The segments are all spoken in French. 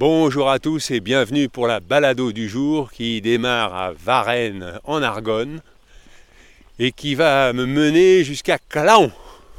Bonjour à tous et bienvenue pour la balado du jour qui démarre à Varennes en Argonne et qui va me mener jusqu'à Calaon.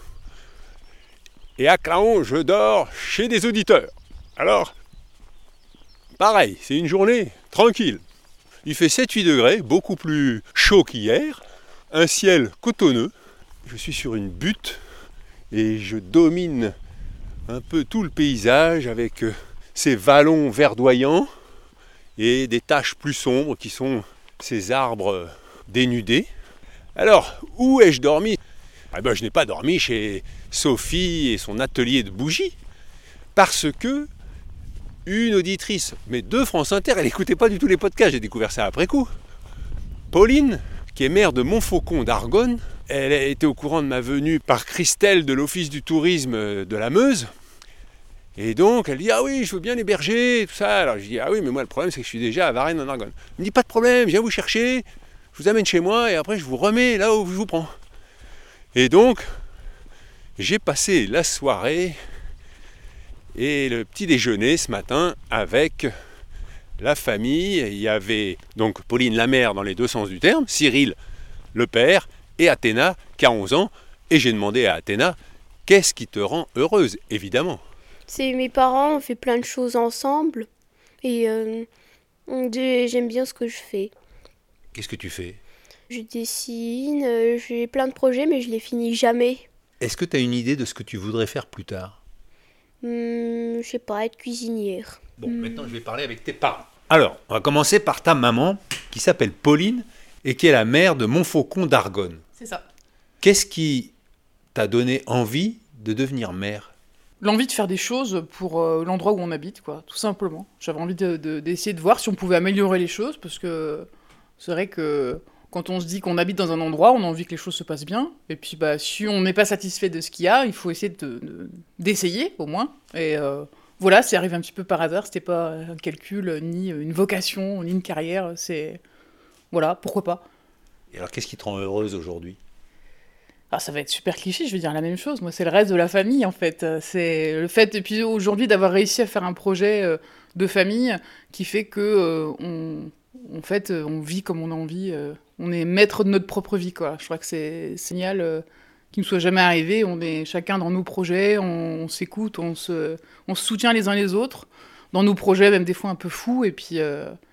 Et à Calaon, je dors chez des auditeurs. Alors, pareil, c'est une journée tranquille. Il fait 7-8 degrés, beaucoup plus chaud qu'hier, un ciel cotonneux. Je suis sur une butte et je domine un peu tout le paysage avec ces vallons verdoyants et des taches plus sombres qui sont ces arbres dénudés. Alors, où ai-je dormi ? Je n'ai pas dormi chez Sophie et son atelier de bougies, parce que une auditrice, mais de France Inter, elle n'écoutait pas du tout les podcasts, j'ai découvert ça après coup. Pauline, qui est maire de Montfaucon d'Argonne, elle a été au courant de ma venue par Christelle de l'Office du tourisme de la Meuse. Et donc, elle dit « Ah oui, je veux bien l'héberger, tout ça. » Alors je dis « Ah oui, mais moi le problème c'est que je suis déjà à Varennes en Argonne. » Elle me dit « Pas de problème, je viens vous chercher, je vous amène chez moi et après je vous remets là où je vous prends. » Et donc, j'ai passé la soirée et le petit déjeuner ce matin avec la famille. Il y avait donc Pauline la mère dans les deux sens du terme, Cyril le père et Athéna qui a 11 ans. Et j'ai demandé à Athéna « Qu'est-ce qui te rend heureuse ?» Évidemment. C'est mes parents, on fait plein de choses ensemble et j'aime bien ce que je fais. Qu'est-ce que tu fais ? Je dessine, j'ai plein de projets mais je les finis jamais. Est-ce que tu as une idée de ce que tu voudrais faire plus tard ? Je sais pas, être cuisinière. Bon, maintenant je vais parler avec tes parents. Alors, on va commencer par ta maman qui s'appelle Pauline et qui est la mère de Montfaucon d'Argonne. C'est ça. Qu'est-ce qui t'a donné envie de devenir mère ? L'envie de faire des choses pour l'endroit où on habite, quoi, tout simplement. J'avais envie d'essayer de voir si on pouvait améliorer les choses, parce que c'est vrai que quand on se dit qu'on habite dans un endroit, on a envie que les choses se passent bien. Et puis, si on n'est pas satisfait de ce qu'il y a, il faut essayer d'essayer, au moins. Et voilà, c'est arrivé un petit peu par hasard. C'était pas un calcul, ni une vocation, ni une carrière. C'est... Voilà, pourquoi pas. Et alors, qu'est-ce qui te rend heureuse aujourd'hui ? Ah, ça va être super cliché, je vais dire la même chose. Moi, c'est le reste de la famille, en fait. C'est le fait, et puis aujourd'hui, d'avoir réussi à faire un projet de famille qui fait que on vit comme on a envie. On est maître de notre propre vie, quoi. Je crois que c'est génial qu'il ne soit jamais arrivé. On est chacun dans nos projets, on s'écoute, on se soutient les uns les autres. Dans nos projets, même des fois un peu fous, et puis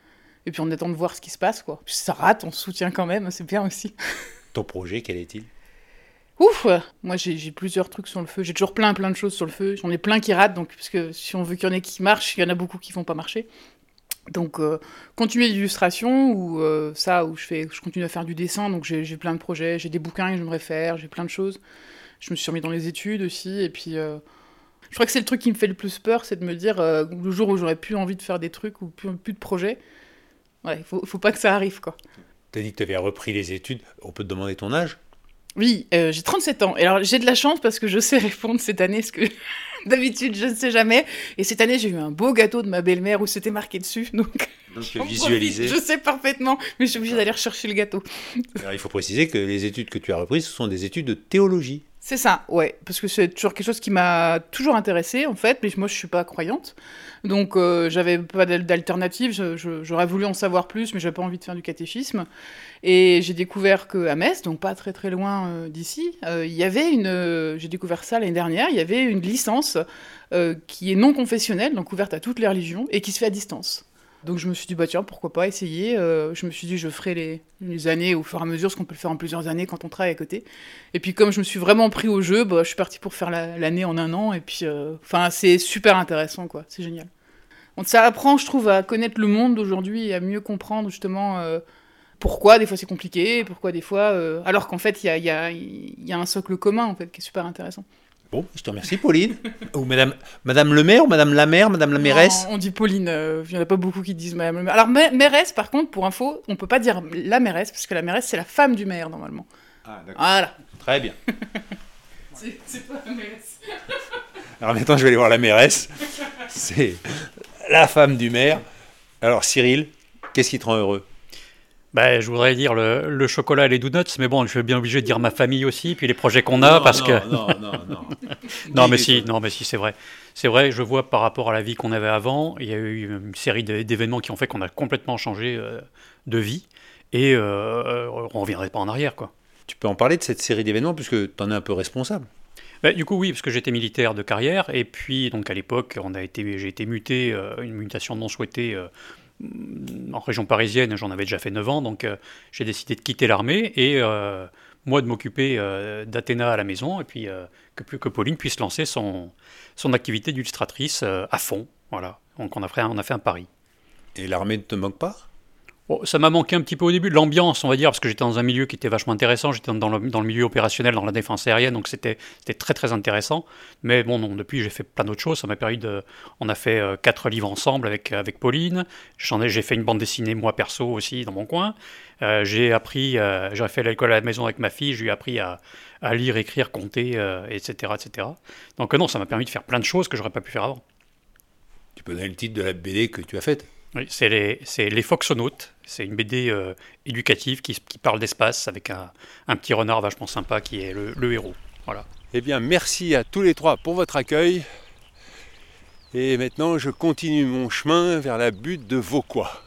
on attend de voir ce qui se passe, quoi. Puis si ça rate, on se soutient quand même, c'est bien aussi. Ton projet, quel est-il ? Ouf, moi j'ai plusieurs trucs sur le feu, j'ai toujours plein de choses sur le feu, j'en ai plein qui ratent, donc, parce que si on veut qu'il y en ait qui marchent, il y en a beaucoup qui vont pas marcher. Donc continuer l'illustration, ou où je continue à faire du dessin, donc j'ai plein de projets, j'ai des bouquins que j'aimerais faire, j'ai plein de choses. Je me suis remis dans les études aussi, et puis je crois que c'est le truc qui me fait le plus peur, c'est de me dire, le jour où j'aurais plus envie de faire des trucs, ou plus de projets, ouais, faut pas que ça arrive, quoi. T'as dit que tu avais repris les études, on peut te demander ton âge ? Oui, j'ai 37 ans. Et alors, j'ai de la chance parce que je sais répondre cette année, ce que d'habitude, je ne sais jamais. Et cette année, j'ai eu un beau gâteau de ma belle-mère où c'était marqué dessus. Donc tu as visualisé. Je sais parfaitement, mais je suis obligée d'aller rechercher le gâteau. Alors, il faut préciser que les études que tu as reprises, ce sont des études de théologie. C'est ça, ouais. Parce que c'est toujours quelque chose qui m'a toujours intéressée, en fait. Mais moi, je ne suis pas croyante. Donc, j'avais pas d'alternative. J'aurais voulu en savoir plus, mais j'avais pas envie de faire du catéchisme. Et j'ai découvert qu'à Metz, donc pas très très loin d'ici, il y avait j'ai découvert ça l'année dernière, il y avait une licence qui est non confessionnelle, donc ouverte à toutes les religions, et qui se fait à distance. Donc je me suis dit, tiens, pourquoi pas essayer. Je me suis dit, je ferai les années au fur et à mesure, ce qu'on peut le faire en plusieurs années quand on travaille à côté. Et puis comme je me suis vraiment pris au jeu, je suis partie pour faire l'année en un an, et puis c'est super intéressant, quoi, c'est génial. Donc ça apprend, je trouve, à connaître le monde d'aujourd'hui et à mieux comprendre justement pourquoi des fois c'est compliqué, pourquoi des fois... alors qu'en fait, il y a un socle commun, en fait, qui est super intéressant. Bon, je te remercie, Pauline. Ou madame le maire, ou madame la mère, madame la mairesse. Non, on dit Pauline, il n'y en a pas beaucoup qui disent madame le maire. Alors, mairesse, par contre, pour info, on ne peut pas dire la mairesse, parce que la mairesse, c'est la femme du maire, normalement. Ah, d'accord. Voilà. Très bien. C'est pas la mairesse. Alors maintenant, je vais aller voir la mairesse. C'est la femme du maire. Alors, Cyril, qu'est-ce qui te rend heureux ? Je voudrais dire le chocolat et les donuts, mais bon, je suis bien obligé de dire ma famille aussi, puis les projets qu'on a, parce que... Non. Non, mais si, c'est vrai. C'est vrai, je vois par rapport à la vie qu'on avait avant, il y a eu une série d'événements qui ont fait qu'on a complètement changé de vie, et on ne reviendrait pas en arrière, quoi. Tu peux en parler de cette série d'événements, puisque tu en es un peu responsable. Du coup, oui, parce que j'étais militaire de carrière, et puis donc à l'époque, j'ai été muté, une mutation non souhaitée en région parisienne, j'en avais déjà fait 9 ans, donc j'ai décidé de quitter l'armée, et moi de m'occuper d'Athéna à la maison, et puis que Pauline puisse lancer son activité d'illustratrice à fond, voilà. Donc on a fait un pari. Et l'armée ne te manque pas? Bon, ça m'a manqué un petit peu au début de l'ambiance, on va dire, parce que j'étais dans un milieu qui était vachement intéressant. J'étais dans le milieu opérationnel, dans la défense aérienne, donc c'était très très intéressant. Mais bon, non, depuis j'ai fait plein d'autres choses. Ça m'a permis on a fait 4 livres ensemble avec Pauline. J'ai fait une bande dessinée moi perso aussi dans mon coin. J'ai fait l'école à la maison avec ma fille. J'ai appris à lire, écrire, compter, etc., etc. Donc non, ça m'a permis de faire plein de choses que j'aurais pas pu faire avant. Tu peux donner le titre de la BD que tu as faite? Oui, c'est les Foxonautes. C'est une BD éducative qui parle d'espace avec un petit renard vachement sympa qui est le héros. Voilà. Eh bien, merci à tous les trois pour votre accueil. Et maintenant, je continue mon chemin vers la butte de Vauquois.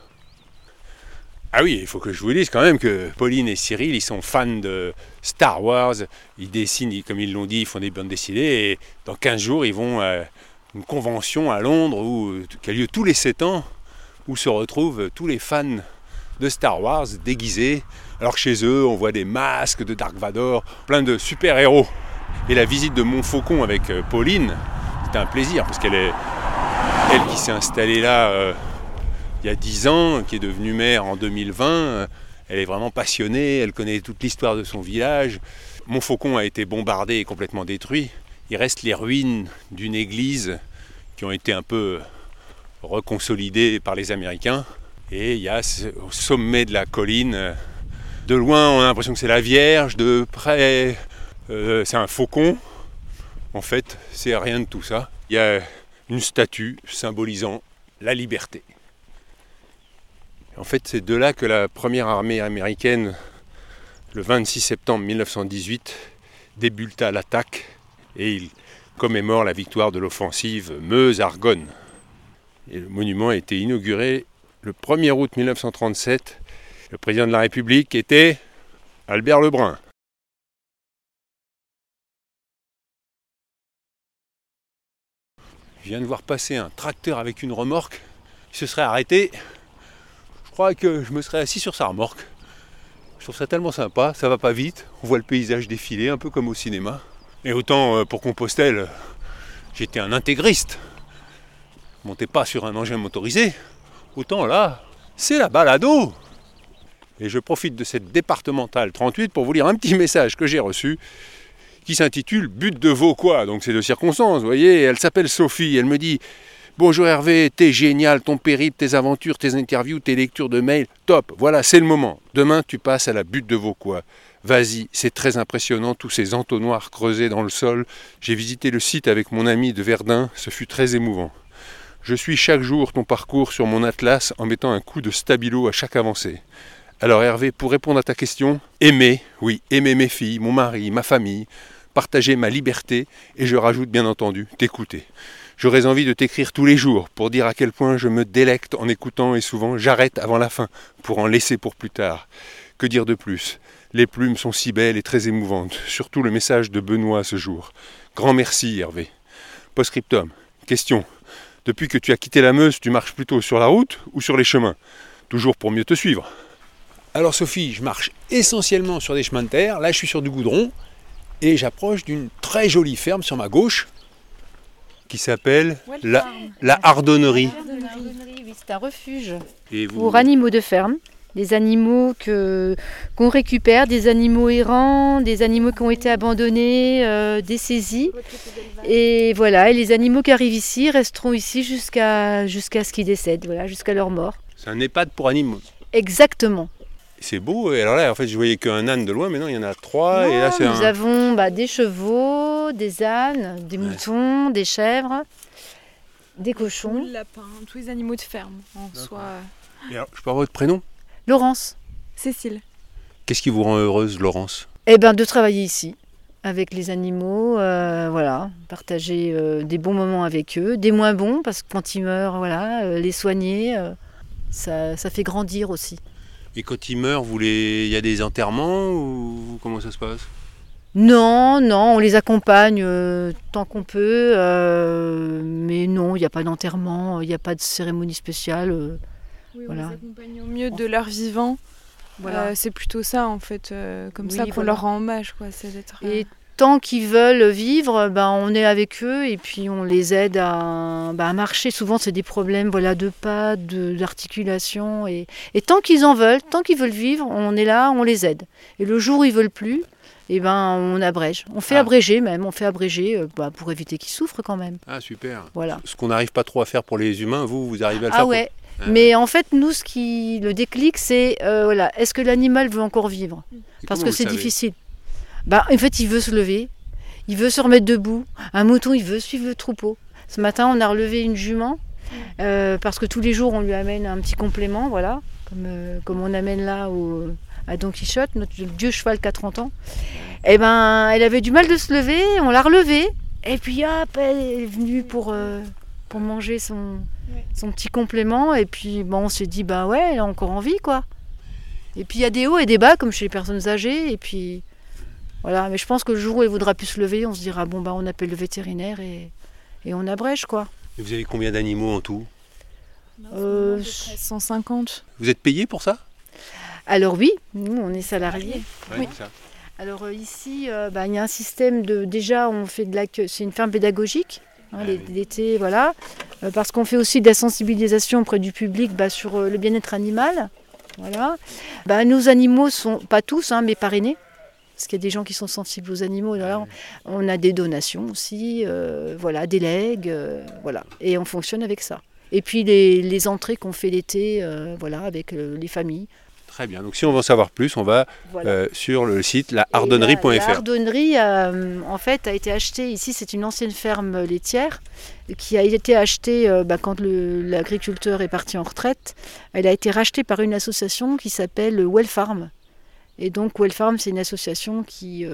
Ah oui, il faut que je vous dise quand même que Pauline et Cyril, ils sont fans de Star Wars. Ils dessinent, comme ils l'ont dit, ils font des bandes dessinées. Et dans 15 jours, ils vont à une convention à Londres qui a lieu tous les 7 ans, où se retrouvent tous les fans de Star Wars déguisés. Alors que chez eux, on voit des masques de Dark Vador, plein de super-héros. Et la visite de Montfaucon avec Pauline, c'était un plaisir, parce qu'elle qui s'est installée là il y a 10 ans, qui est devenue maire en 2020, elle est vraiment passionnée, elle connaît toute l'histoire de son village. Montfaucon a été bombardé et complètement détruit. Il reste les ruines d'une église qui ont été un peu reconsolidées par les Américains. Et il y a au sommet de la colline, de loin on a l'impression que c'est la Vierge, de près c'est un faucon. En fait, c'est rien de tout ça. Il y a une statue symbolisant la liberté. En fait, c'est de là que la première armée américaine, le 26 septembre 1918, débuta l'attaque et il commémore la victoire de l'offensive Meuse-Argonne. Et le monument a été inauguré le 1er août 1937. Le président de la République était Albert Lebrun. Je viens de voir passer un tracteur avec une remorque. Il se serait arrêté. Je crois que je me serais assis sur sa remorque. Je trouve ça tellement sympa, ça va pas vite. On voit le paysage défiler, un peu comme au cinéma. Et autant pour Compostelle, j'étais un intégriste. Je montais pas sur un engin motorisé. Autant là, c'est la balado. Et je profite de cette départementale 38 pour vous lire un petit message que j'ai reçu qui s'intitule « Butte de Vauquois ». Donc c'est de circonstance, vous voyez. Elle s'appelle Sophie, elle me dit « Bonjour Hervé, t'es génial, ton périple, tes aventures, tes interviews, tes lectures de mails, top, voilà, c'est le moment. Demain, tu passes à la butte de Vauquois. Vas-y, c'est très impressionnant, tous ces entonnoirs creusés dans le sol. J'ai visité le site avec mon ami de Verdun, ce fut très émouvant. Je suis chaque jour ton parcours sur mon atlas en mettant un coup de stabilo à chaque avancée. Alors Hervé, pour répondre à ta question, aimer mes filles, mon mari, ma famille, partager ma liberté et je rajoute bien entendu, t'écouter. J'aurais envie de t'écrire tous les jours pour dire à quel point je me délecte en écoutant et souvent j'arrête avant la fin pour en laisser pour plus tard. Que dire de plus ? Les plumes sont si belles et très émouvantes, surtout le message de Benoît ce jour. Grand merci Hervé. Post-scriptum, question. Depuis que tu as quitté la Meuse, tu marches plutôt sur la route ou sur les chemins ? Toujours pour mieux te suivre. Alors Sophie, je marche essentiellement sur des chemins de terre. Là, je suis sur du goudron et j'approche d'une très jolie ferme sur ma gauche qui s'appelle la Ardonnerie. Oui, c'est un refuge Et pour animaux de ferme. Des animaux qu'on récupère, des animaux errants, des animaux qui ont été abandonnés, des saisies. Et voilà, et les animaux qui arrivent ici resteront ici jusqu'à ce qu'ils décèdent, voilà, jusqu'à leur mort. C'est un EHPAD pour animaux. Exactement. C'est beau. Et alors là, en fait, je voyais qu'un âne de loin, mais non, il y en a 3. Non, et là, c'est nous avons des chevaux, des ânes, des moutons, des chèvres, des cochons. Des lapins, tous les animaux de ferme en soi. Et alors, je peux avoir votre prénom ? Laurence. Cécile. Qu'est-ce qui vous rend heureuse, Laurence? Eh ben, de travailler ici, avec les animaux, voilà, partager des bons moments avec eux, des moins bons, parce que quand ils meurent, voilà, les soigner, ça fait grandir aussi. Et quand ils meurent, il y a des enterrements ou comment ça se passe? Non, on les accompagne tant qu'on peut, mais non, il n'y a pas d'enterrement, il n'y a pas de cérémonie spéciale. Oui, Voilà. on les accompagne au mieux de leur vivant. Voilà. C'est plutôt ça en fait, comme Oui, ça qu'on voilà. leur rend hommage, quoi. C'est d'être. Et tant qu'ils veulent vivre, ben, on est avec eux et puis on les aide à marcher. Souvent, c'est des problèmes voilà, de pas, d'articulation. Et tant qu'ils en veulent, tant qu'ils veulent vivre, on est là, on les aide. Et le jour où ils veulent plus, eh ben, on abrège. On fait abréger même, pour éviter qu'ils souffrent quand même. Ah, super. Voilà. Ce qu'on n'arrive pas trop à faire pour les humains, vous arrivez à le faire Ah ouais. Mais en fait, nous, le déclic, c'est voilà, est-ce que l'animal veut encore vivre? Parce que c'est difficile. En fait, il veut se lever, il veut se remettre debout. Un mouton, il veut suivre le troupeau. Ce matin, on a relevé une jument parce que tous les jours, on lui amène un petit complément, voilà, comme on amène là à Don Quichotte, notre vieux cheval qui a 30 ans. Eh ben, elle avait du mal de se lever, on l'a relevée, et puis hop, elle est venue pour manger son petit complément, et puis on s'est dit, ouais, elle a encore envie, quoi. Et puis il y a des hauts et des bas, comme chez les personnes âgées, et puis voilà. Mais je pense que le jour où elle voudra plus se lever, on se dira, on appelle le vétérinaire et on abrège, quoi. Et vous avez combien d'animaux en tout? 150. Vous êtes payé pour ça? Alors oui, nous on est salariés. Oui, c'est ça. Alors ici, il y a un système déjà on fait de l'accueil, c'est une ferme pédagogique. L'été, voilà, parce qu'on fait aussi de la sensibilisation auprès du public sur le bien-être animal. Voilà. Nos animaux sont, pas tous, mais parrainés, parce qu'il y a des gens qui sont sensibles aux animaux. Alors, on a des donations aussi, des legs, voilà, et on fonctionne avec ça. Et puis les entrées qu'on fait l'été, avec les familles. Très bien, donc si on veut en savoir plus, on va sur le site lahardonnerie.fr. La hardonnerie, en fait, a été achetée, ici c'est une ancienne ferme laitière, qui a été achetée quand l'agriculteur est parti en retraite. Elle a été rachetée par une association qui s'appelle Well Farm. Et donc Well Farm, c'est une association qui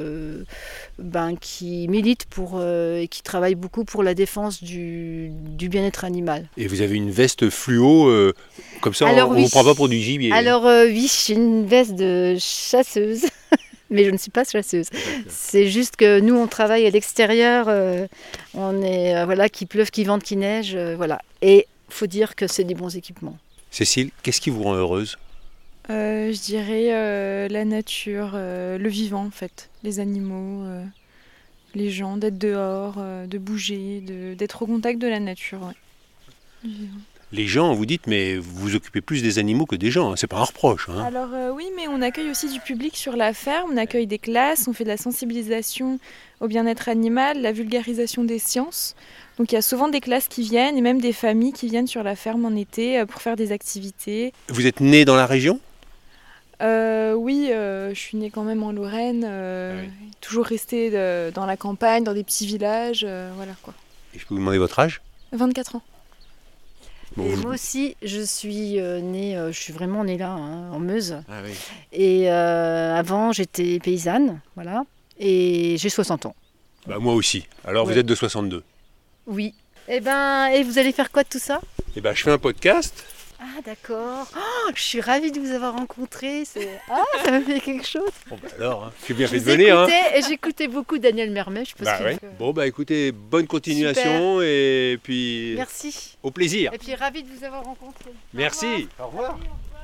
milite et qui travaille beaucoup pour la défense du bien-être animal. Et vous avez une veste fluo, comme ça on ne vous prend pas pour du gibier. Alors oui, j'ai une veste de chasseuse, mais je ne suis pas chasseuse. C'est juste que nous, on travaille à l'extérieur, on est, qu'il pleuve, qu'il vente, qu'il neige, voilà. Et il faut dire que c'est des bons équipements. Cécile, qu'est-ce qui vous rend heureuse? Je dirais la nature, le vivant en fait, les animaux, les gens, d'être dehors, de bouger, d'être au contact de la nature. Ouais. Les gens, vous dites, mais vous vous occupez plus des animaux que des gens, c'est pas un reproche. Alors oui, mais on accueille aussi du public sur la ferme, on accueille des classes, on fait de la sensibilisation au bien-être animal, la vulgarisation des sciences. Donc il y a souvent des classes qui viennent et même des familles qui viennent sur la ferme en été pour faire des activités. Vous êtes né dans la région ? Oui, je suis née quand même en Lorraine, toujours restée dans la campagne, dans des petits villages, voilà quoi. Et je peux vous demander votre âge ? 24 ans. Et moi aussi, je suis je suis vraiment née là, en Meuse. Ah oui. Et avant, j'étais paysanne, voilà, et j'ai 60 ans. Moi aussi. Alors vous êtes de 62. Oui. Et vous allez faire quoi de tout ça ? Je fais un podcast. Ah d'accord. Oh, je suis ravie de vous avoir rencontré. Ça me fait quelque chose. Alors, j'ai bien fait de venir. J'écoutais beaucoup Daniel Mermet. Écoutez, bonne continuation. Super. Et puis. Merci. Au plaisir. Et puis ravie de vous avoir rencontré. Merci. Au revoir.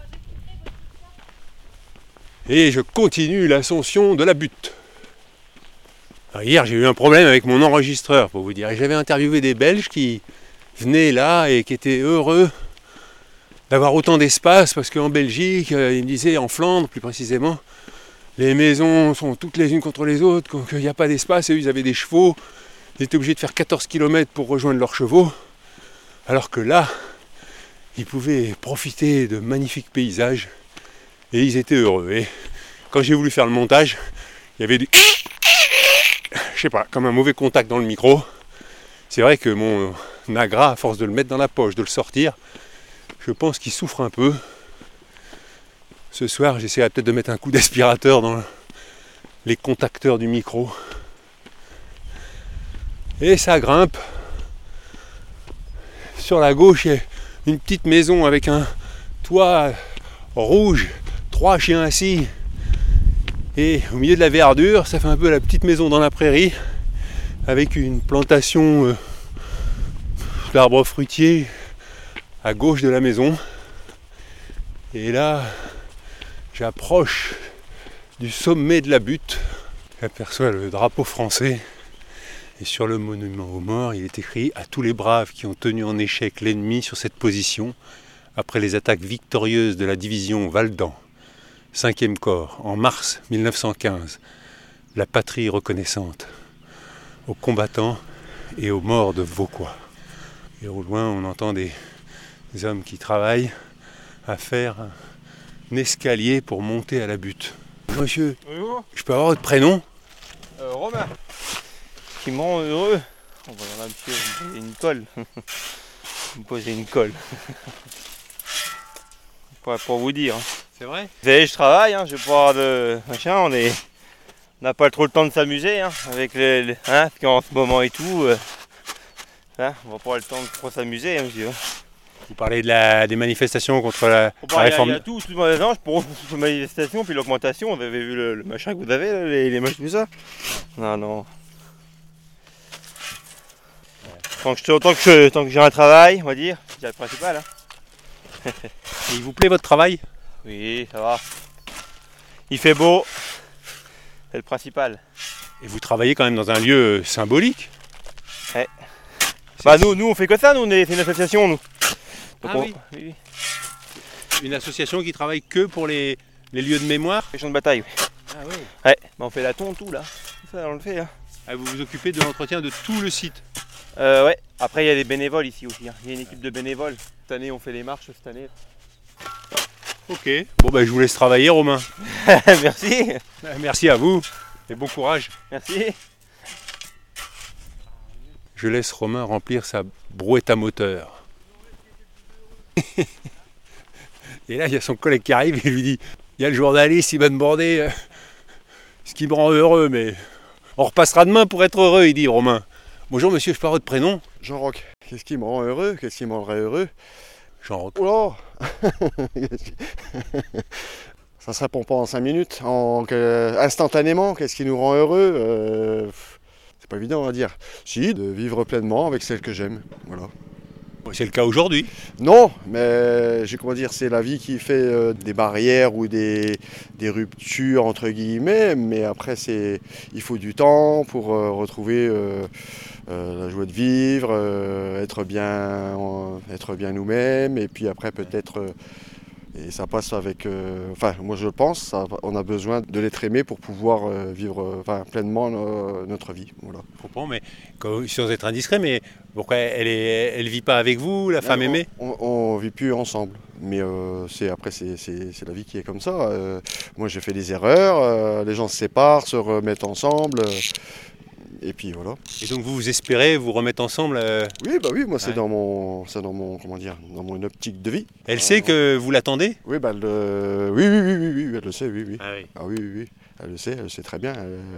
Et je continue l'ascension de la butte. Alors, hier, j'ai eu un problème avec mon enregistreur, pour vous dire. Et j'avais interviewé des Belges qui venaient là et qui étaient heureux d'avoir autant d'espace, parce qu'en Belgique, ils me disaient, en Flandre plus précisément, les maisons sont toutes les unes contre les autres, qu'il n'y a pas d'espace, et eux ils avaient des chevaux, ils étaient obligés de faire 14 km pour rejoindre leurs chevaux, alors que là, ils pouvaient profiter de magnifiques paysages, et ils étaient heureux. Et quand j'ai voulu faire le montage, il y avait du... je sais pas, comme un mauvais contact dans le micro. C'est vrai que mon Nagra, à force de le mettre dans la poche, de le sortir, je pense qu'il souffre un peu. Ce soir, j'essaierai peut-être de mettre un coup d'aspirateur dans les contacteurs du micro. Et ça grimpe. Sur la gauche, il y a une petite maison avec un toit rouge, 3 chiens assis. Et au milieu de la verdure, ça fait un peu la petite maison dans la prairie, avec une plantation d'arbres fruitiers à gauche de la maison. Et là, j'approche du sommet de la butte. J'aperçois le drapeau français. Et sur le monument aux morts, il est écrit « À tous les braves qui ont tenu en échec l'ennemi sur cette position, après les attaques victorieuses de la division Valdan, 5e corps, en mars 1915, la patrie reconnaissante, aux combattants et aux morts de Vauquois. » Et au loin, on entend des hommes qui travaillent à faire un escalier pour monter à la butte. Monsieur, je peux avoir votre prénom ? Romain. Qui me rend heureux. On va dans là, monsieur, vous me posez une colle. Vous me posez une colle. Pour vous dire. C'est vrai ? Vous savez, je travaille, je vais pas avoir de machin, on n'a pas trop le temps de s'amuser, avec parce qu'en ce moment et tout, on va pas avoir le temps de trop s'amuser, monsieur. Vous parlez des manifestations contre la réforme. Il y a tout les anges pour les manifestations, puis l'augmentation, vous avez vu le machin que vous avez, les machins, tout ça. Non. Tant que j'ai un travail, on va dire, c'est le principal. Et il vous plaît votre travail ? Oui, ça va. Il fait beau, c'est le principal. Et vous travaillez quand même dans un lieu symbolique ? Ouais. Nous on fait que ça, c'est une association, nous. Donc oui. Une association qui travaille que pour les lieux de mémoire ? Les champs de bataille, oui. Ah oui. Ouais, on fait la tonte, tout là. Tout ça, on le fait. Ah, vous vous occupez de l'entretien de tout le site ? Ouais, après il y a des bénévoles ici aussi. Il y a une équipe de bénévoles. Cette année, on fait les marches cette année. Ok, bon je vous laisse travailler, Romain. Merci. Merci à vous et bon courage. Merci. Je laisse Romain remplir sa brouette à moteur. Et là, il y a son collègue qui arrive et il lui dit « Il y a le journaliste, il va demander ce qui me rend heureux, mais on repassera demain pour être heureux, il dit Romain. » Bonjour monsieur, je parle votre prénom ? Jean-Roch. Qu'est-ce qui me rend heureux ? Qu'est-ce qui me rendrait heureux ? Jean-Roch. Oh là Ça se répond pas en 5 minutes. Instantanément, qu'est-ce qui nous rend heureux ? C'est pas évident à dire. Si, de vivre pleinement avec celle que j'aime. Voilà. C'est le cas aujourd'hui. Non, mais c'est la vie qui fait des barrières ou des ruptures entre guillemets, mais après il faut du temps pour retrouver la joie de vivre, être bien nous-mêmes, et puis après peut-être et ça passe avec, moi je pense, on a besoin de l'être aimé pour pouvoir vivre pleinement notre vie. Voilà. Je comprends, mais sans être indiscret, mais pourquoi elle vit pas avec vous, la femme aimée ? On vit plus ensemble, mais c'est la vie qui est comme ça. Moi j'ai fait des erreurs, les gens se séparent, se remettent ensemble. Et puis voilà. Et donc vous espérez vous remettre ensemble Oui, moi c'est dans mon optique de vie. Elle sait que vous l'attendez ? Oui, oui, elle le sait, oui. Ah oui. Ah oui, elle le sait très bien.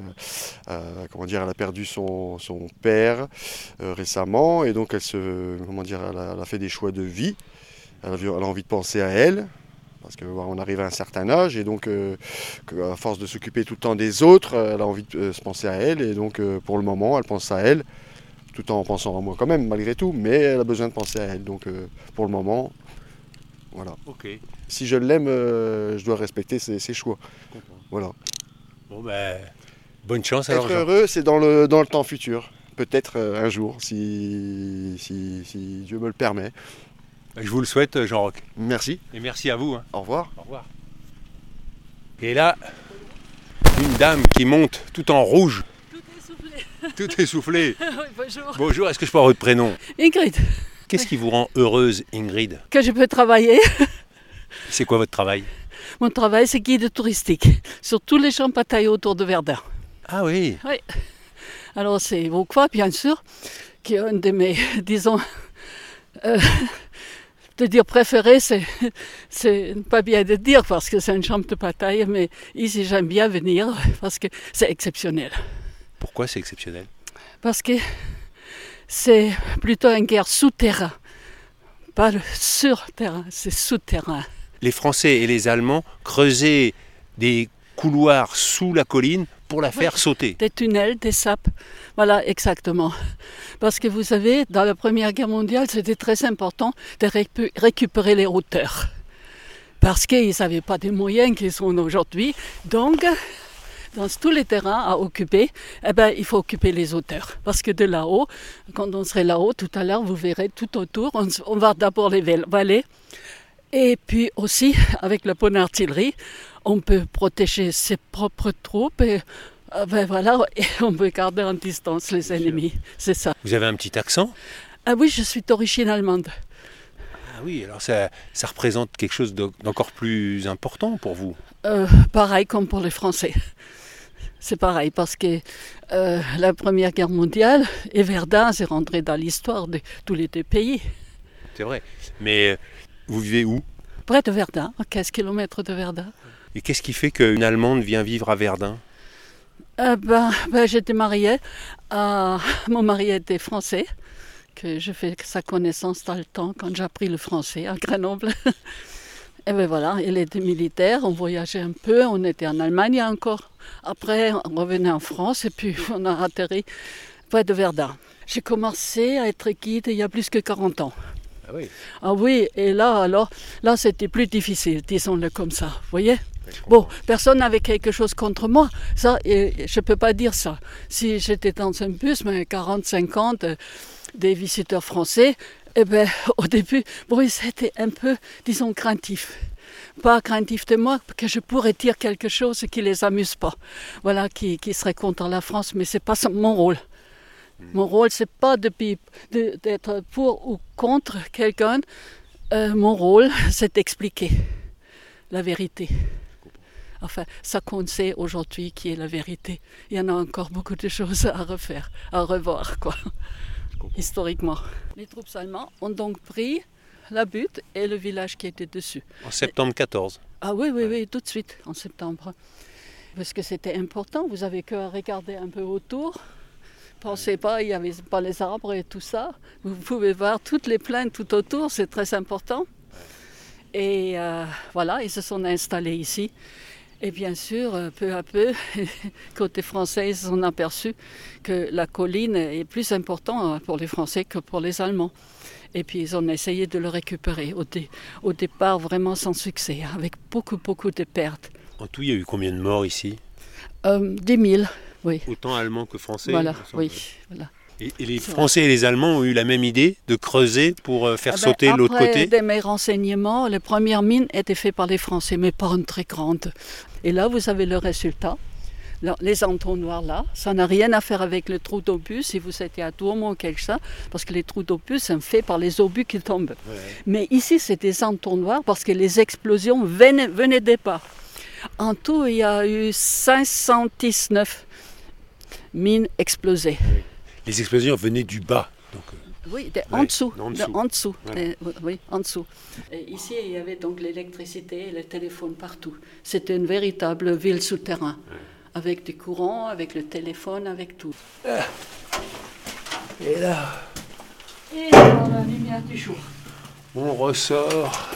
Elle a perdu son père récemment, et donc elle a fait des choix de vie. Elle a envie de penser à elle. Parce qu'on arrive à un certain âge et donc à force de s'occuper tout le temps des autres, elle a envie de se penser à elle, et donc pour le moment elle pense à elle, tout en pensant à moi quand même malgré tout, mais elle a besoin de penser à elle, donc pour le moment, voilà. Ok. Si je l'aime, je dois respecter ses choix. Voilà. Bon bonne chance alors. Être heureux, c'est dans le temps futur, peut-être un jour, si Dieu me le permet. Je vous le souhaite, Jean-Roch. Merci. Et merci à vous. Au revoir. Au revoir. Et là, une dame qui monte tout en rouge. Tout essoufflé. Oui, bonjour. Bonjour, est-ce que je peux avoir votre prénom ? Ingrid. Qu'est-ce qui vous rend heureuse, Ingrid ? Que je peux travailler. C'est quoi votre travail ? Mon travail, c'est guide touristique sur tous les champs bataillons autour de Verdun. Ah oui. Oui. Alors c'est Vauquois, bien sûr, qui est un de mes, disons, de dire préféré, c'est pas bien de dire parce que c'est une chambre de bataille, mais ici j'aime bien venir parce que c'est exceptionnel. Pourquoi c'est exceptionnel? Parce que c'est plutôt une guerre souterrain, pas le sur-terrain, c'est souterrain. Les Français et les Allemands creusaient des couloirs sous la colline pour la faire sauter. Des tunnels, des sapes, voilà exactement. Parce que vous savez, dans la Première Guerre mondiale, c'était très important de récupérer les hauteurs. Parce qu'ils n'avaient pas des moyens qu'ils ont aujourd'hui. Donc, dans tous les terrains à occuper, il faut occuper les hauteurs. Parce que de là-haut, quand on serait là-haut, tout à l'heure, vous verrez tout autour, on va d'abord les vallées. Et puis aussi, avec la bonne artillerie, on peut protéger ses propres troupes et, et on peut garder en distance les ennemis. C'est ça. Vous avez un petit accent? Ah oui, je suis d'origine allemande. Ah oui, alors ça représente quelque chose d'encore plus important pour vous? Pareil comme pour les Français. C'est pareil parce que la Première Guerre mondiale et Verdun, c'est rentré dans l'histoire de tous les deux pays. C'est vrai. Mais vous vivez où? Près de Verdun, à 15 km de Verdun. Et qu'est-ce qui fait qu'une Allemande vient vivre à Verdun? J'étais mariée. Mon mari était français, que je fais sa connaissance dans le temps quand j'ai appris le français à Grenoble. Et voilà, il était militaire, on voyageait un peu, on était en Allemagne encore. Après, on revenait en France et puis on a atterri près de Verdun. J'ai commencé à être guide il y a plus que 40 ans. Ah oui. Ah oui, et là c'était plus difficile, disons-le comme ça, vous voyez? Bon, personne n'avait quelque chose contre moi, ça, et je ne peux pas dire ça. Si j'étais dans un bus, 40-50, des visiteurs français, au début, c'était un peu, disons, craintif. Pas craintif de moi, que je pourrais dire quelque chose qui ne les amuse pas. Voilà, qui serait contre la France, mais ce n'est pas mon rôle. Mon rôle, ce n'est pas d'être pour ou contre quelqu'un. Mon rôle, c'est d'expliquer la vérité. Enfin, ça qu'on sait aujourd'hui qui est la vérité. Il y en a encore beaucoup de choses à revoir, quoi, historiquement. Les troupes allemandes ont donc pris la butte et le village qui était dessus. En septembre 14. Ah oui, tout de suite, en septembre. Parce que c'était important, vous avez qu'à regarder un peu autour. Pensez pas, il n'y avait pas les arbres et tout ça. Vous pouvez voir toutes les plaines tout autour, c'est très important. Et voilà, ils se sont installés ici. Et bien sûr, peu à peu, côté français, ils se sont aperçus que la colline est plus importante pour les Français que pour les Allemands. Et puis ils ont essayé de le récupérer. Au départ, vraiment sans succès, avec beaucoup de pertes. En tout, il y a eu combien de morts ici? 10 000, oui. Autant allemands que français? Voilà, oui. Voilà. Et les Français et les Allemands ont eu la même idée de creuser pour faire sauter l'autre côté? Après mes renseignements, les premières mines étaient faites par les Français, mais pas une très grande. Et là, vous avez le résultat. Les entonnoirs là, ça n'a rien à faire avec le trou d'obus, si vous étiez à Tourmont ou quelque chose, parce que les trous d'obus sont faits par les obus qui tombent. Ouais. Mais ici, c'est des entonnoirs parce que les explosions venaient des bas. En tout, il y a eu 519 mines explosées. Oui. Les explosions venaient du bas. Donc, oui, en dessous. Voilà. Oui, en dessous. Et ici, il y avait donc l'électricité et le téléphone partout. C'était une véritable ville souterraine, avec du courant, avec le téléphone, avec tout. Et là, dans la lumière du jour. On ressort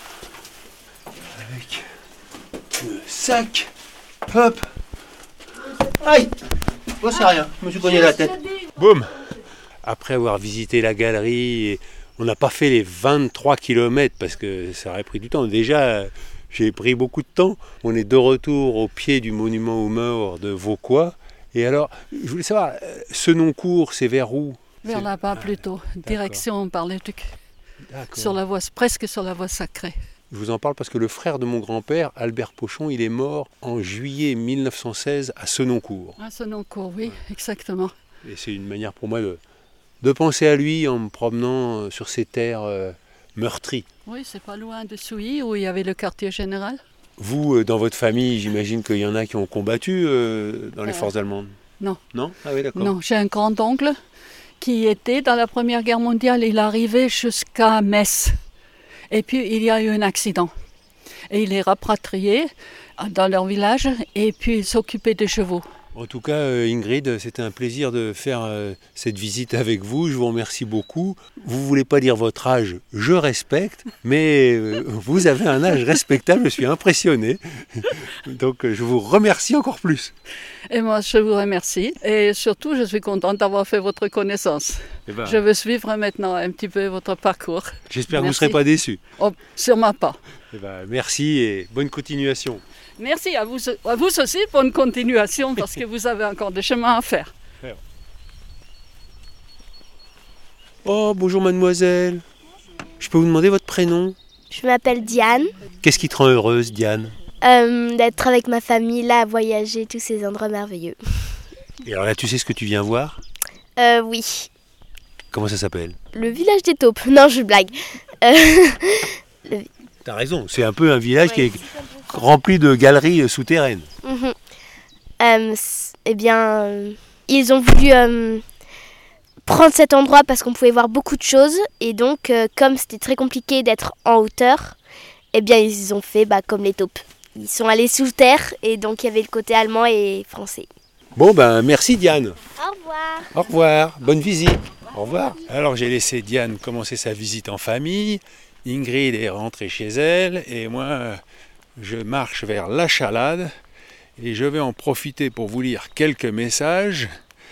avec le sac. Hop. Aïe. Oh, c'est rien, je me suis cogné la tête. Boum. Après avoir visité la galerie, on n'a pas fait les 23 km parce que ça aurait pris du temps. Déjà, j'ai pris beaucoup de temps. On est de retour au pied du monument aux morts de Vauquois. Et alors, je voulais savoir, Senoncourt, c'est vers où? Vers là-bas plutôt, direction par les Ducs. Sur la voie, presque sur la voie sacrée. Je vous en parle parce que le frère de mon grand-père, Albert Pochon, il est mort en juillet 1916 à Senoncourt. À Senoncourt, oui, exactement. Et c'est une manière pour moi de penser à lui en me promenant sur ces terres meurtries. Oui, c'est pas loin de Souilly où il y avait le quartier général. Vous, dans votre famille, j'imagine qu'il y en a qui ont combattu dans les forces allemandes. Non. Non? Ah oui, d'accord. Non, j'ai un grand-oncle qui était dans la Première Guerre mondiale. Il arrivait jusqu'à Metz. Et puis il y a eu un accident. Et il est rapatrié dans leur village et puis il s'occupait des chevaux. En tout cas, Ingrid, c'était un plaisir de faire cette visite avec vous. Je vous remercie beaucoup. Vous ne voulez pas dire votre âge, je respecte, mais vous avez un âge respectable, je suis impressionné. Donc je vous remercie encore plus. Et moi, je vous remercie. Et surtout, je suis contente d'avoir fait votre connaissance. Je veux suivre maintenant un petit peu votre parcours. J'espère que vous ne serez pas déçus. Oh, sûrement pas. Merci et bonne continuation. Merci à vous aussi, bonne continuation, parce que vous avez encore des chemins à faire. Oh, bonjour mademoiselle. Je peux vous demander votre prénom ? Je m'appelle Diane. Qu'est-ce qui te rend heureuse, Diane ? D'être avec ma famille, là, à voyager, tous ces endroits merveilleux. Et alors là, tu sais ce que tu viens voir ? Oui. Comment ça s'appelle ? Le village des taupes. Non, je blague. T'as raison, c'est un peu un village qui est rempli de galeries souterraines. Ils ont voulu prendre cet endroit parce qu'on pouvait voir beaucoup de choses. Et donc, comme c'était très compliqué d'être en hauteur, ils ont fait comme les taupes. Ils sont allés sous terre et donc il y avait le côté allemand et français. Bon, merci Diane. Au revoir. Au revoir, bonne visite. Au revoir. Alors j'ai laissé Diane commencer sa visite en famille. Ingrid est rentrée chez elle et moi je marche vers la Chalade et je vais en profiter pour vous lire quelques messages.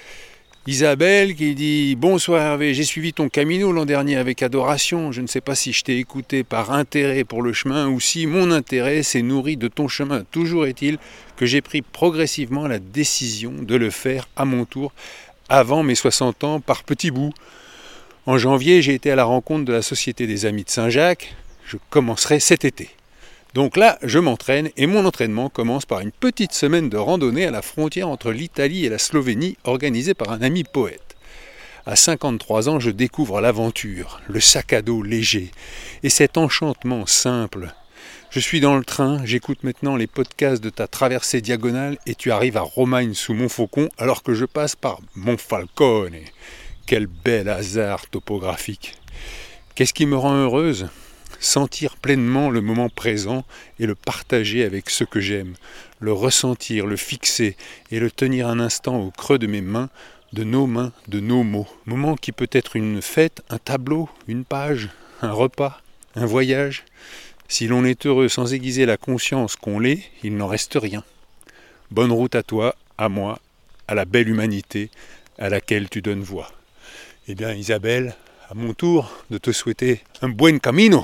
Isabelle qui dit « Bonsoir Hervé, j'ai suivi ton Camino l'an dernier avec adoration. Je ne sais pas si je t'ai écouté par intérêt pour le chemin ou si mon intérêt s'est nourri de ton chemin. Toujours est-il que j'ai pris progressivement la décision de le faire à mon tour avant mes 60 ans par petits bouts. En janvier, j'ai été à la rencontre de la Société des Amis de Saint-Jacques. Je commencerai cet été. Donc là, je m'entraîne et mon entraînement commence par une petite semaine de randonnée à la frontière entre l'Italie et la Slovénie organisée par un ami poète. À 53 ans, je découvre l'aventure, le sac à dos léger et cet enchantement simple. Je suis dans le train, j'écoute maintenant les podcasts de ta traversée diagonale et tu arrives à Romagne sous Montfaucon alors que je passe par Monfalcone. Quel bel hasard topographique. Qu'est-ce qui me rend heureuse ? Sentir pleinement le moment présent et le partager avec ceux que j'aime, le ressentir, le fixer et le tenir un instant au creux de mes mains, de nos mains, de nos mots. Moment qui peut être une fête, un tableau, une page, un repas, un voyage. Si l'on est heureux sans aiguiser la conscience qu'on l'est, il n'en reste rien. Bonne route à toi, à moi, à la belle humanité à laquelle tu donnes voix. Eh bien Isabelle, à mon tour de te souhaiter un buen camino.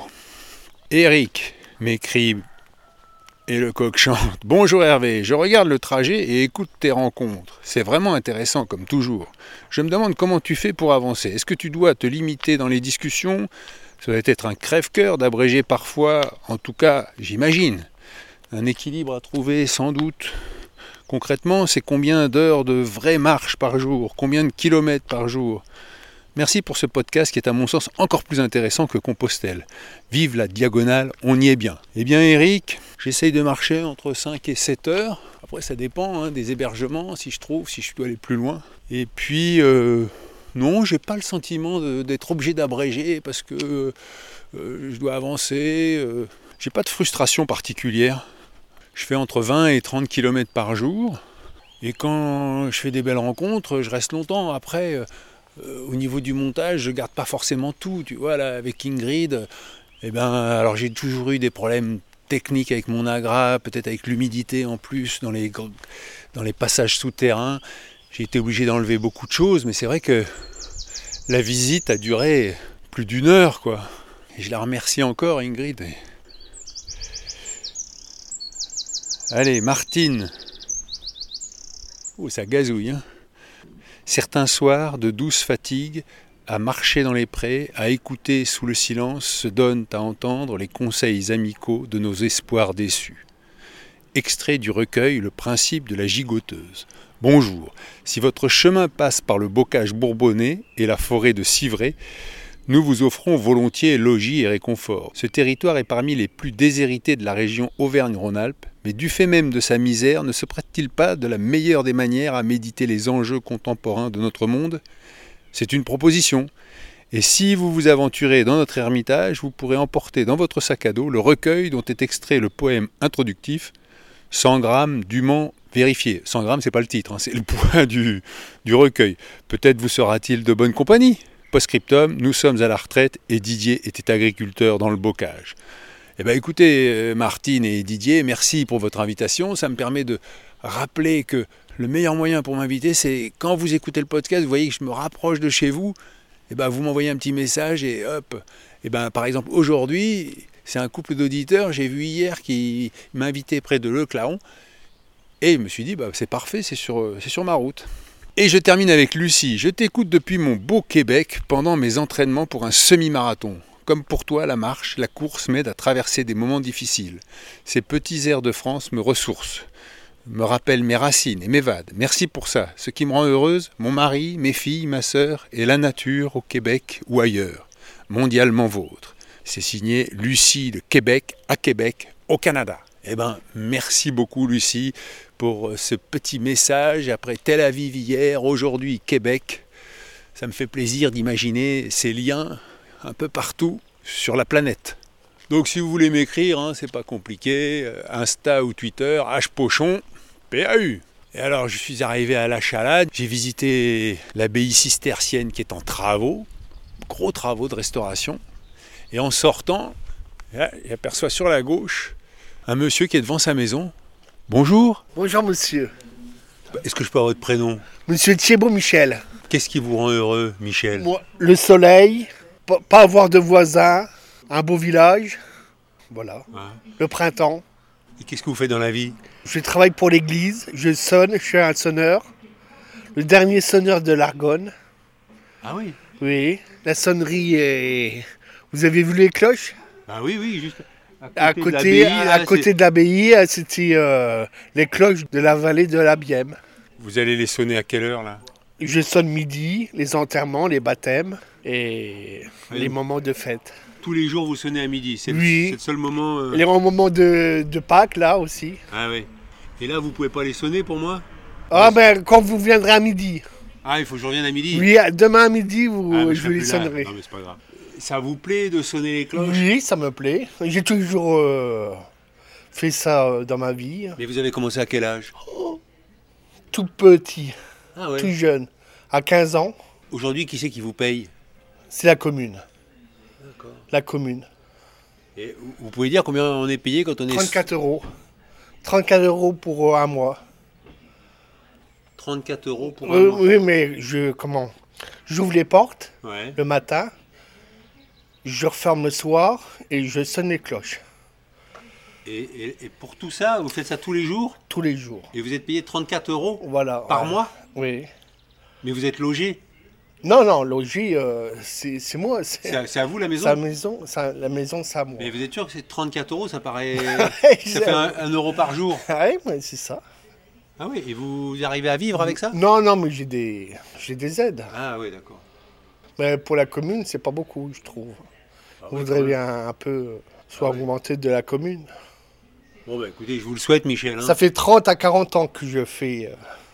Eric m'écrit et le coq chante. Bonjour Hervé, je regarde le trajet et écoute tes rencontres. C'est vraiment intéressant comme toujours. Je me demande comment tu fais pour avancer. Est-ce que tu dois te limiter dans les discussions ? Ça doit être un crève-cœur d'abréger parfois, en tout cas j'imagine. Un équilibre à trouver sans doute. Concrètement, c'est combien d'heures de vraie marche par jour ? Combien de kilomètres par jour ? Merci pour ce podcast qui est à mon sens encore plus intéressant que Compostelle. Vive la diagonale, on y est bien. Eh bien Eric, j'essaye de marcher entre 5 et 7 heures. Après ça dépend des hébergements, si je dois aller plus loin. Et puis, non, j'ai pas le sentiment d'être obligé d'abréger parce que je dois avancer. J'ai pas de frustration particulière. Je fais entre 20 et 30 km par jour. Et quand je fais des belles rencontres, je reste longtemps. Après... au niveau du montage, je garde pas forcément tout, tu vois, là, avec Ingrid, alors j'ai toujours eu des problèmes techniques avec mon agra, peut-être avec l'humidité en plus, dans les passages souterrains, j'ai été obligé d'enlever beaucoup de choses, mais c'est vrai que la visite a duré plus d'1 heure, quoi, et je la remercie encore, Ingrid. Allez, Martine, oh, ça gazouille, hein. Certains soirs, de douce fatigue, à marcher dans les prés, à écouter sous le silence, se donnent à entendre les conseils amicaux de nos espoirs déçus. Extrait du recueil Le principe de la gigoteuse. Bonjour, si votre chemin passe par le bocage bourbonnais et la forêt de Civray, nous vous offrons volontiers logis et réconfort. Ce territoire est parmi les plus déshérités de la région Auvergne-Rhône-Alpes, mais du fait même de sa misère, ne se prête-t-il pas de la meilleure des manières à méditer les enjeux contemporains de notre monde ? C'est une proposition, Et si vous vous aventurez dans notre ermitage, vous pourrez emporter dans votre sac à dos le recueil dont est extrait le poème introductif 100 grammes dûment vérifié. 100 grammes, c'est pas le titre, c'est le poids du recueil. Peut-être vous sera-t-il de bonne compagnie. Post-scriptum, nous sommes à la retraite et Didier était agriculteur dans le bocage. Eh bien écoutez, Martine et Didier, merci pour votre invitation. Ça me permet de rappeler que le meilleur moyen pour m'inviter, c'est quand vous écoutez le podcast, vous voyez que je me rapproche de chez vous, eh ben, vous m'envoyez un petit message et hop. Eh ben, par exemple, aujourd'hui, c'est un couple d'auditeurs, j'ai vu hier qui m'invitait près de Le Claon et je me suis dit, c'est parfait, c'est sur ma route. Et je termine avec Lucie. Je t'écoute depuis mon beau Québec pendant mes entraînements pour un semi-marathon. Comme pour toi, la marche, la course m'aide à traverser des moments difficiles. Ces petits airs de France me ressourcent, me rappellent mes racines et m'évadent. Merci pour ça. Ce qui me rend heureuse, mon mari, mes filles, ma sœur et la nature au Québec ou ailleurs. Mondialement vôtre. C'est signé Lucie de Québec à Québec au Canada. Eh bien, merci beaucoup Lucie pour ce petit message. Après Tel Aviv hier, aujourd'hui Québec. Ça me fait plaisir d'imaginer ces liens un peu partout sur la planète. Donc si vous voulez m'écrire, c'est pas compliqué. Insta ou Twitter, hpochon, PAU. Et alors je suis arrivé à La Chalade. J'ai visité l'abbaye cistercienne qui est en travaux. Gros travaux de restauration. Et en sortant, j'aperçois sur la gauche un monsieur qui est devant sa maison. Bonjour. Bonjour monsieur. Est-ce que je peux avoir votre prénom? Monsieur Thibault Michel. Qu'est-ce qui vous rend heureux, Michel? Moi, le soleil, pas avoir de voisins, un beau village, voilà. Ouais. Le printemps. Et qu'est-ce que vous faites dans la vie? Je travaille pour l'église, je suis un sonneur. Le dernier sonneur de l'Argonne. Ah oui? Oui, la sonnerie est... Vous avez vu les cloches? Ah oui, juste à côté de l'abbaye, c'était les cloches de la vallée de la Bième. Vous allez les sonner à quelle heure là? Je sonne midi, les enterrements, les baptêmes et les moments de fête. Tous les jours vous sonnez à midi, c'est le seul moment... Les moments de Pâques là aussi. Ah oui. Et là vous pouvez pas les sonner pour moi? Ah quand vous viendrez à midi. Ah il faut que je revienne à midi? Oui, demain à midi je les sonnerai. Non mais c'est pas grave. Ça vous plaît de sonner les cloches? Oui, ça me plaît. J'ai toujours fait ça dans ma vie. Mais vous avez commencé à quel âge? Tout petit, ouais. Tout jeune, à 15 ans. Aujourd'hui, qui c'est qui vous paye? C'est la commune. D'accord. La commune. Et vous pouvez dire combien on est payé quand on est... 34 euros. 34 euros pour un mois. 34 euros pour un mois? Oui, mais j'ouvre les portes le matin. Je referme le soir et je sonne les cloches. Et pour tout ça, vous faites ça tous les jours? Tous les jours. Et vous êtes payé 34 euros par mois? Oui. Mais vous êtes logé? Non, logé, c'est moi. C'est à vous la maison? La maison, c'est à moi. Mais vous êtes sûr que c'est 34 euros? Ça paraît... ça fait 1 euro par jour? Ah oui, c'est ça. Ah oui, et vous arrivez à vivre avec ça? Non, mais j'ai des aides. Ah oui, d'accord. Mais pour la commune, c'est pas beaucoup, je trouve. On voudrait bien un peu augmenter de la commune. Bon, écoutez, je vous le souhaite, Michel. Ça fait 30 à 40 ans que je fais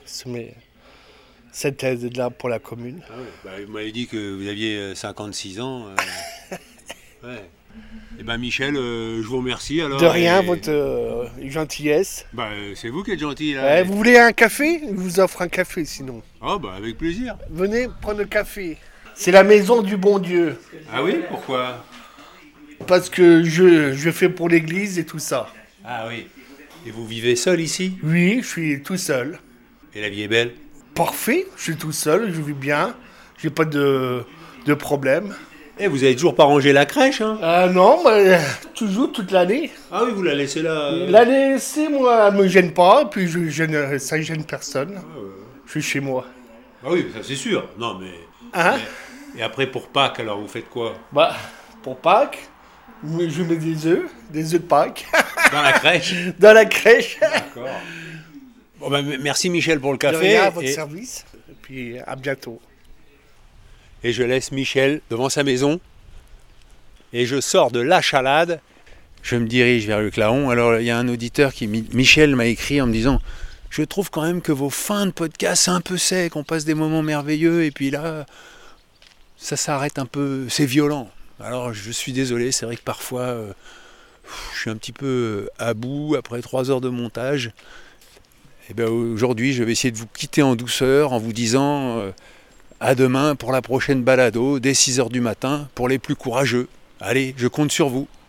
cette aide-là pour la commune. Ah oui, vous m'avez dit que vous aviez 56 ans. Ouais. Eh bien, Michel, je vous remercie. Alors, de rien, votre gentillesse. C'est vous qui êtes gentil, là. Vous voulez un café? Je vous offre un café, sinon. Oh, avec plaisir. Venez prendre le café. C'est la maison du bon Dieu. Ah oui? Pourquoi? Parce que je fais pour l'église et tout ça. Ah oui. Et vous vivez seul ici? Oui, je suis tout seul. Et la vie est belle? Parfait, je suis tout seul, je vis bien. J'ai pas de problème. Et vous avez toujours pas rangé la crèche, hein? Non, mais toujours toute l'année. Ah oui, vous la laissez là? La laisser, moi, elle me gêne pas, et puis ça gêne personne. Ah ouais. Je suis chez moi. Ah oui, ça c'est sûr. Non, mais... Et après, pour Pâques, alors, vous faites quoi? Pour Pâques, je mets des œufs de Pâques. Dans la crèche? Dans la crèche. D'accord. Bon, merci Michel pour le café. De rien, à votre service. Et puis, à bientôt. Et je laisse Michel devant sa maison. Et je sors de La Chalade. Je me dirige vers le Claon. Alors, il y a un auditeur Michel m'a écrit en me disant... Je trouve quand même que vos fins de podcast, c'est un peu sec. On passe des moments merveilleux. Et puis là... ça s'arrête un peu, c'est violent. Alors je suis désolé, c'est vrai que parfois je suis un petit peu à bout après 3 heures de montage. Et bien aujourd'hui, je vais essayer de vous quitter en douceur en vous disant à demain pour la prochaine balado dès 6 heures du matin pour les plus courageux. Allez, je compte sur vous.